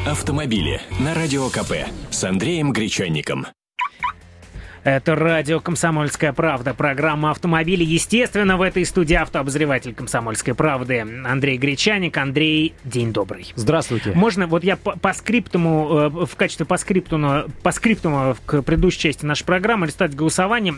Автомобили на Радио КП с Андреем Гречанником. Это радио «Комсомольская правда», программа «Автомобили». Естественно, в этой студии автообозреватель «Комсомольской правды» Андрей Гречаник. Андрей, день добрый. Здравствуйте. Можно, вот я по скриптуму, в качестве по скриптуму к предыдущей части нашей программы, результат голосования,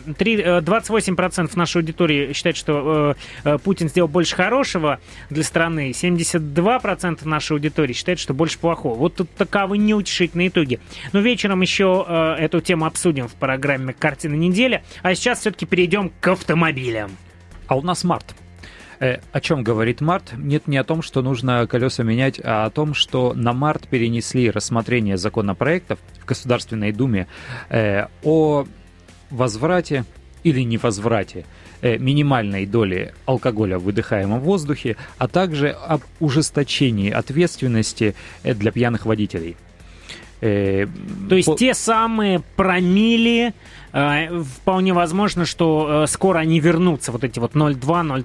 28% нашей аудитории считают, что Путин сделал больше хорошего для страны, 72% нашей аудитории считают, что больше плохого. Вот тут таковы неутешительные итоги. Но вечером еще эту тему обсудим в программе «Картина недели». А сейчас все-таки перейдем к автомобилям. А у нас март. О чем говорит март? Нет, не о том, что нужно колеса менять, а о том, что на март перенесли рассмотрение законопроектов в Государственной Думе о возврате или невозврате минимальной доли алкоголя в выдыхаемом воздухе, а также об ужесточении ответственности для пьяных водителей. То есть те самые промилле, вполне возможно, что скоро они вернутся, вот эти вот 0,2,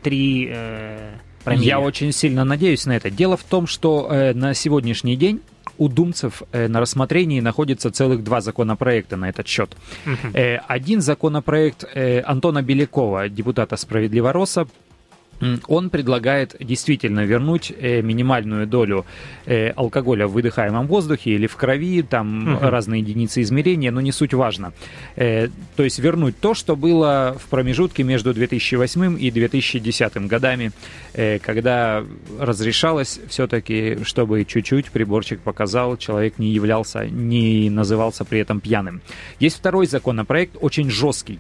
0,3 промилле. Я очень сильно надеюсь на это. Дело в том, что на сегодняшний день у думцев на рассмотрении находится целых два законопроекта на этот счет. Один законопроект Антона Белякова, депутата «Справедливороса», он предлагает действительно вернуть минимальную долю алкоголя в выдыхаемом воздухе или в крови, там разные единицы измерения, но не суть важно. То есть вернуть то, что было в промежутке между 2008 и 2010 годами, когда разрешалось все-таки, чтобы чуть-чуть приборчик показал, человек не назывался при этом пьяным. Есть второй законопроект, очень жесткий,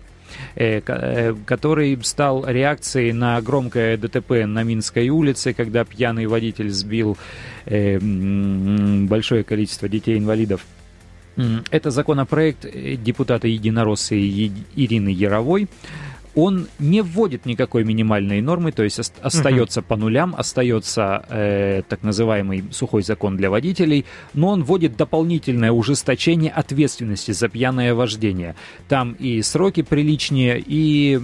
который стал реакцией на громкое ДТП на Минской улице, когда пьяный водитель сбил большое количество детей-инвалидов. Это законопроект депутата-единороссы Ирины Яровой. Он не вводит никакой минимальной нормы, то есть остается по нулям, остается так называемый сухой закон для водителей, но он вводит дополнительное ужесточение ответственности за пьяное вождение. Там и сроки приличнее, и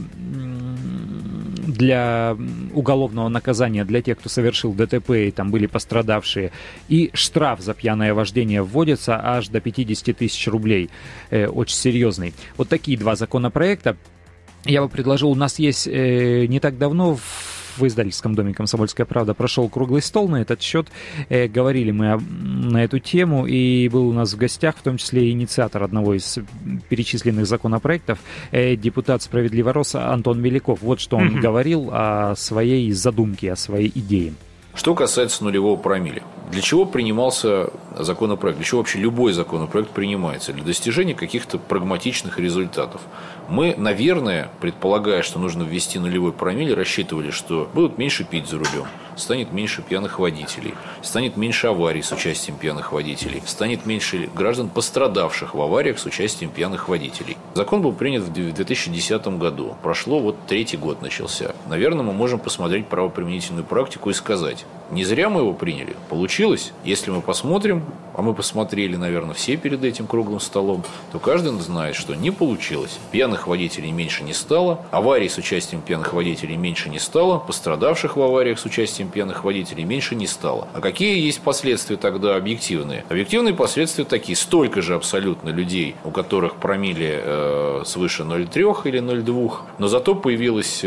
для уголовного наказания для тех, кто совершил ДТП, и там были пострадавшие, и штраф за пьяное вождение вводится аж до 50 тысяч рублей. Очень серьезный. Вот такие два законопроекта. Я бы предложил, у нас есть не так давно в издательском доме «Комсомольская правда» прошел круглый стол на этот счет. Говорили мы на эту тему, и был у нас в гостях, в том числе и инициатор одного из перечисленных законопроектов, депутат «Справедливороса» Антон Беляков. Вот что он говорил о своей задумке, о своей идее. Что касается нулевого промилле. Для чего принимался законопроект? Для чего вообще любой законопроект принимается? Для достижения каких-то прагматичных результатов. Мы, наверное, предполагая, что нужно ввести нулевой промилле, рассчитывали, что будут меньше пить за рулем, станет меньше пьяных водителей, станет меньше аварий с участием пьяных водителей, станет меньше граждан, пострадавших в авариях с участием пьяных водителей. Закон был принят в 2010 году. Прошло вот третий год начался. Наверное, мы можем посмотреть правоприменительную практику и сказать, не зря мы его приняли. Получилось? Если мы посмотрим, а мы посмотрели, наверное, все перед этим круглым столом, то каждый знает, что не получилось. Пьяных водителей меньше не стало, аварий с участием пьяных водителей меньше не стало, пострадавших в авариях с участием пьяных водителей меньше не стало. А какие есть последствия тогда объективные? Объективные последствия такие. Столько же абсолютно людей, у которых промилле свыше 0,3 или 0,2, но зато появилась,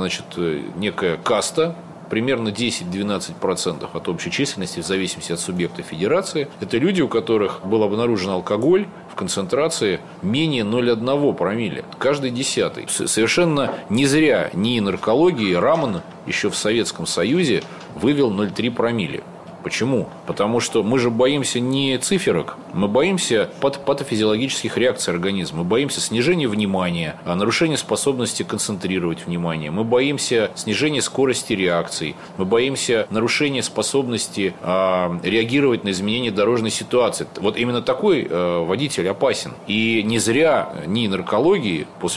некая каста, примерно 10-12% от общей численности, в зависимости от субъекта федерации. Это люди, у которых был обнаружен алкоголь в концентрации менее 0,1 промилле. Каждый десятый. Совершенно не зря НИИ наркологии Раман еще в Советском Союзе вывел 0,3 промилле. Почему? Потому что мы же боимся не циферок, мы боимся патофизиологических реакций организма, мы боимся снижения внимания, нарушения способности концентрировать внимание, мы боимся снижения скорости реакций, мы боимся нарушения способности реагировать на изменения дорожной ситуации. Вот именно такой водитель опасен. И не зря НИИ наркологии после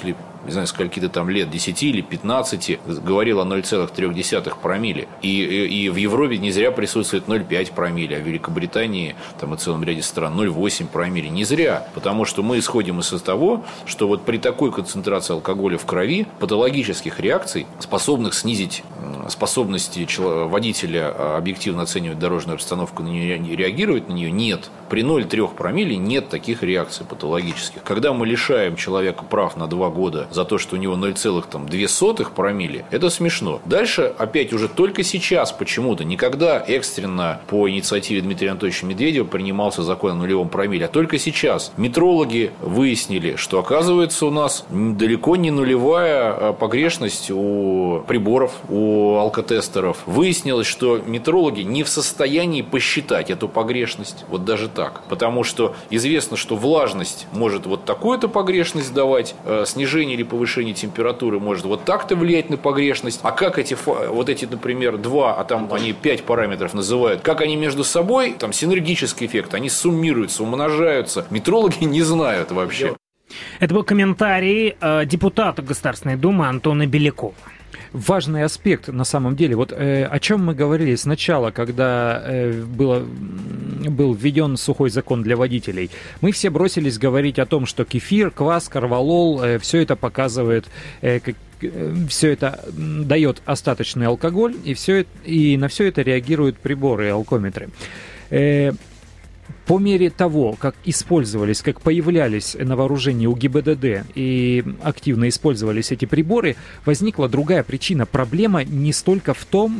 не знаю, скольки-то там лет, 10 или 15, говорил о 0,3 промилле. И в Европе не зря присутствует 0,5 промилле, а в Великобритании там, и целом ряде стран 0,8 промилле. Не зря, потому что мы исходим из того, что вот при такой концентрации алкоголя в крови патологических реакций, способных снизить способности водителя объективно оценивать дорожную обстановку, на нее реагировать на нее, нет. При 0,3 промилле нет таких реакций патологических. Когда мы лишаем человека прав на 2 года за то, что у него 0,2 промилле, это смешно. Дальше, опять уже только сейчас почему-то, никогда экстренно по инициативе Дмитрия Анатольевича Медведева принимался закон о нулевом промилле, а только сейчас метрологи выяснили, что, оказывается, у нас далеко не нулевая погрешность у приборов, у алкотестеров. Выяснилось, что метрологи не в состоянии посчитать эту погрешность, вот даже так. Потому что известно, что влажность может вот такую-то погрешность давать, снижение или повышение температуры может вот так-то влиять на погрешность. А как эти, например, 2, а там они 5 параметров называют, как они между собой, там синергический эффект, они суммируются, умножаются. Метрологи не знают вообще. Это был комментарий депутата Государственной Думы Антона Белякова. Важный аспект, на самом деле, вот о чем мы говорили сначала, когда был введен сухой закон для водителей. Мы все бросились говорить о том, что кефир, квас, корвалол, все это показывает, все это дает остаточный алкоголь, и на все это реагируют приборы и алкометры. По мере того, как использовались, как появлялись на вооружении у ГИБДД и активно использовались эти приборы, возникла другая причина. Проблема не столько в том,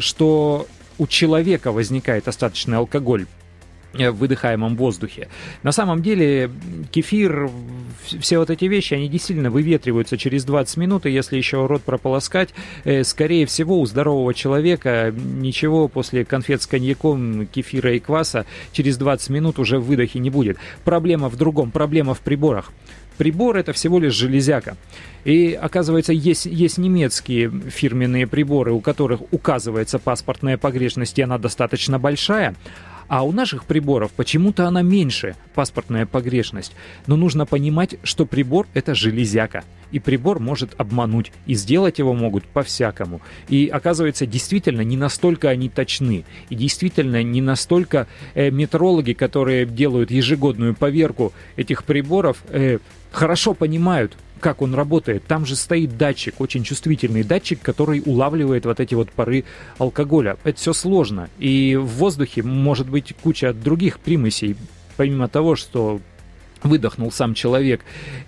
что у человека возникает остаточный алкоголь в выдыхаемом воздухе. На самом деле кефир, все вот эти вещи, они действительно выветриваются через 20 минут, и если еще рот прополоскать, скорее всего, у здорового человека ничего после конфет с коньяком, кефира и кваса через 20 минут уже в выдохе не будет. Проблема в другом, проблема в приборах. Прибор — это всего лишь железяка. И, оказывается, есть немецкие фирменные приборы, у которых указывается паспортная погрешность, и она достаточно большая. А у наших приборов почему-то она меньше, паспортная погрешность. Но нужно понимать, что прибор — это железяка. И прибор может обмануть. И сделать его могут по-всякому. И, оказывается, действительно не настолько они точны. И действительно не настолько метрологи, которые делают ежегодную поверку этих приборов, хорошо понимают, как он работает. Там же стоит датчик, очень чувствительный датчик, который улавливает вот эти вот пары алкоголя. Это все сложно. И в воздухе может быть куча других примесей, помимо того, что выдохнул сам человек.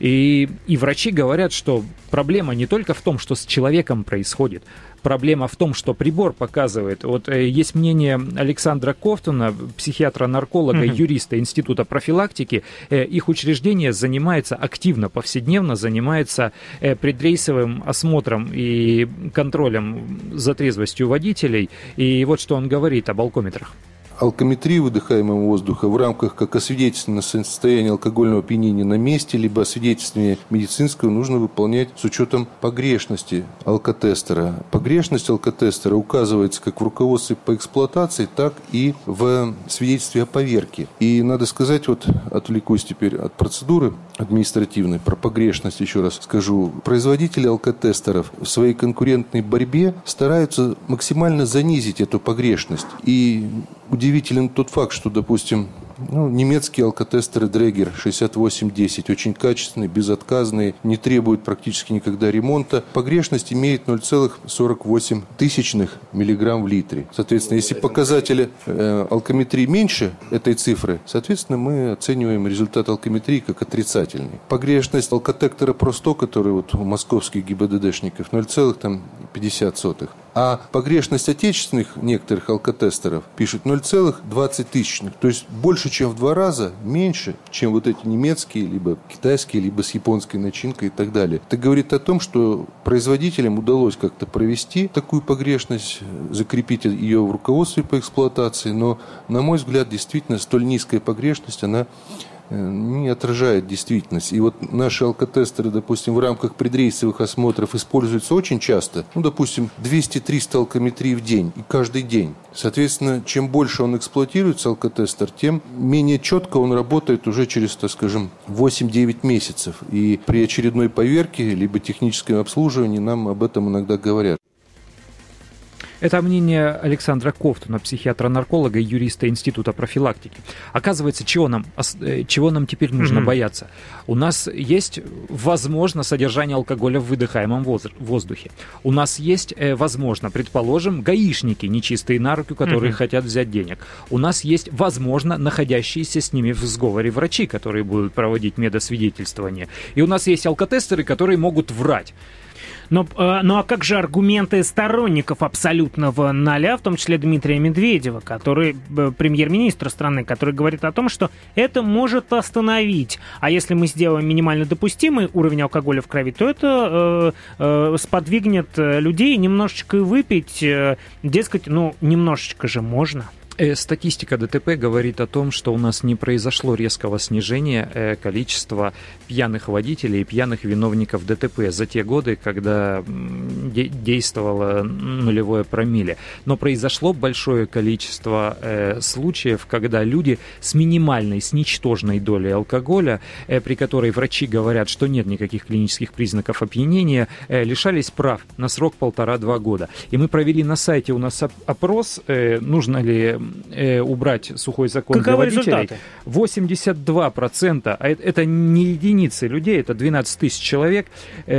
И врачи говорят, что проблема не только в том, что с человеком происходит. Проблема в том, что прибор показывает. Вот есть мнение Александра Ковтуна, психиатра-нарколога, юриста Института профилактики. Их учреждение занимается активно, повседневно занимается предрейсовым осмотром и контролем за трезвостью водителей. И вот что он говорит об алкометрах. Алкометрию выдыхаемого воздуха в рамках как освидетельствования состояния алкогольного опьянения на месте, либо освидетельствования медицинского нужно выполнять с учетом погрешности алкотестера. Погрешность алкотестера указывается как в руководстве по эксплуатации, так и в свидетельстве о поверке. И надо сказать, вот отвлекусь теперь от процедуры административной, про погрешность еще раз скажу. Производители алкотестеров в своей конкурентной борьбе стараются максимально занизить эту погрешность. И удивителен тот факт, что, допустим, немецкие алкотестеры Dräger 6810 очень качественные, безотказные, не требуют практически никогда ремонта. Погрешность имеет 0,48 мг в литре. Соответственно, если показатели алкометрии меньше этой цифры, соответственно, мы оцениваем результат алкометрии как отрицательный. Погрешность алкотестера Pro100, который вот у московских ГИБДДшников, 0,50. А погрешность отечественных некоторых алкотестеров пишут 0,20. То есть больше, чем в 2 раза меньше, чем вот эти немецкие, либо китайские, либо с японской начинкой и так далее. Это говорит о том, что производителям удалось как-то провести такую погрешность, закрепить ее в руководстве по эксплуатации, но, на мой взгляд, действительно столь низкая погрешность, она не отражает действительность. И вот наши алкотестеры, допустим, в рамках предрейсовых осмотров используются очень часто. Допустим, 200-300 алкометрий в день и каждый день. Соответственно, чем больше он эксплуатируется, алкотестер, тем менее четко он работает уже через, так скажем, 8-9 месяцев. И при очередной поверке либо техническом обслуживании нам об этом иногда говорят. Это мнение Александра Ковтуна, психиатра-нарколога и юриста Института профилактики. Оказывается, чего нам теперь нужно бояться? У нас есть, возможно, содержание алкоголя в выдыхаемом воздухе. У нас есть, возможно, предположим, гаишники, нечистые на руки, которые хотят взять денег. У нас есть, возможно, находящиеся с ними в сговоре врачи, которые будут проводить медосвидетельствование. И у нас есть алкотестеры, которые могут врать. Ну а как же аргументы сторонников абсолютного ноля, в том числе Дмитрия Медведева, который премьер-министр страны, который говорит о том, что это может остановить. А если мы сделаем минимально допустимый уровень алкоголя в крови, то это сподвигнет людей немножечко выпить. Дескать, немножечко же можно. Статистика ДТП говорит о том, что у нас не произошло резкого снижения количества пьяных водителей и пьяных виновников ДТП за те годы, когда действовало нулевое промилле. Но произошло большое количество случаев, когда люди с минимальной, с ничтожной долей алкоголя, при которой врачи говорят, что нет никаких клинических признаков опьянения, лишались прав на срок 1,5-2 года. И мы провели на сайте у нас опрос, нужно ли убрать сухой закон для водителей. 82%, а это не единицы людей, это 12 тысяч человек,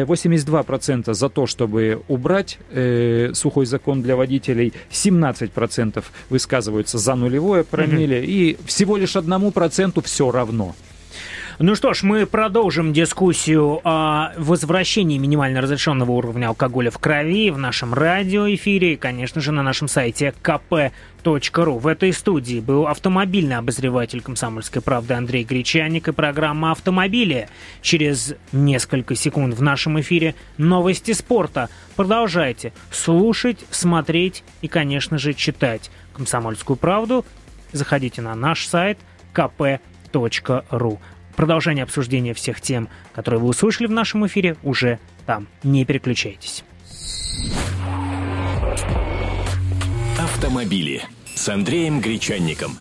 82% за то, чтобы убрать сухой закон для водителей, 17% высказываются за нулевое промилле, и всего лишь 1% все равно. Ну что ж, мы продолжим дискуссию о возвращении минимально разрешенного уровня алкоголя в крови в нашем радиоэфире и, конечно же, на нашем сайте kp.ru. В этой студии был автомобильный обозреватель «Комсомольской правды» Андрей Гречанник и программа «Автомобили». Через несколько секунд в нашем эфире новости спорта. Продолжайте слушать, смотреть и, конечно же, читать «Комсомольскую правду». Заходите на наш сайт kp.ru. Продолжение обсуждения всех тем, которые вы услышали в нашем эфире, уже там. Не переключайтесь. Автомобили с Андреем Гречанником.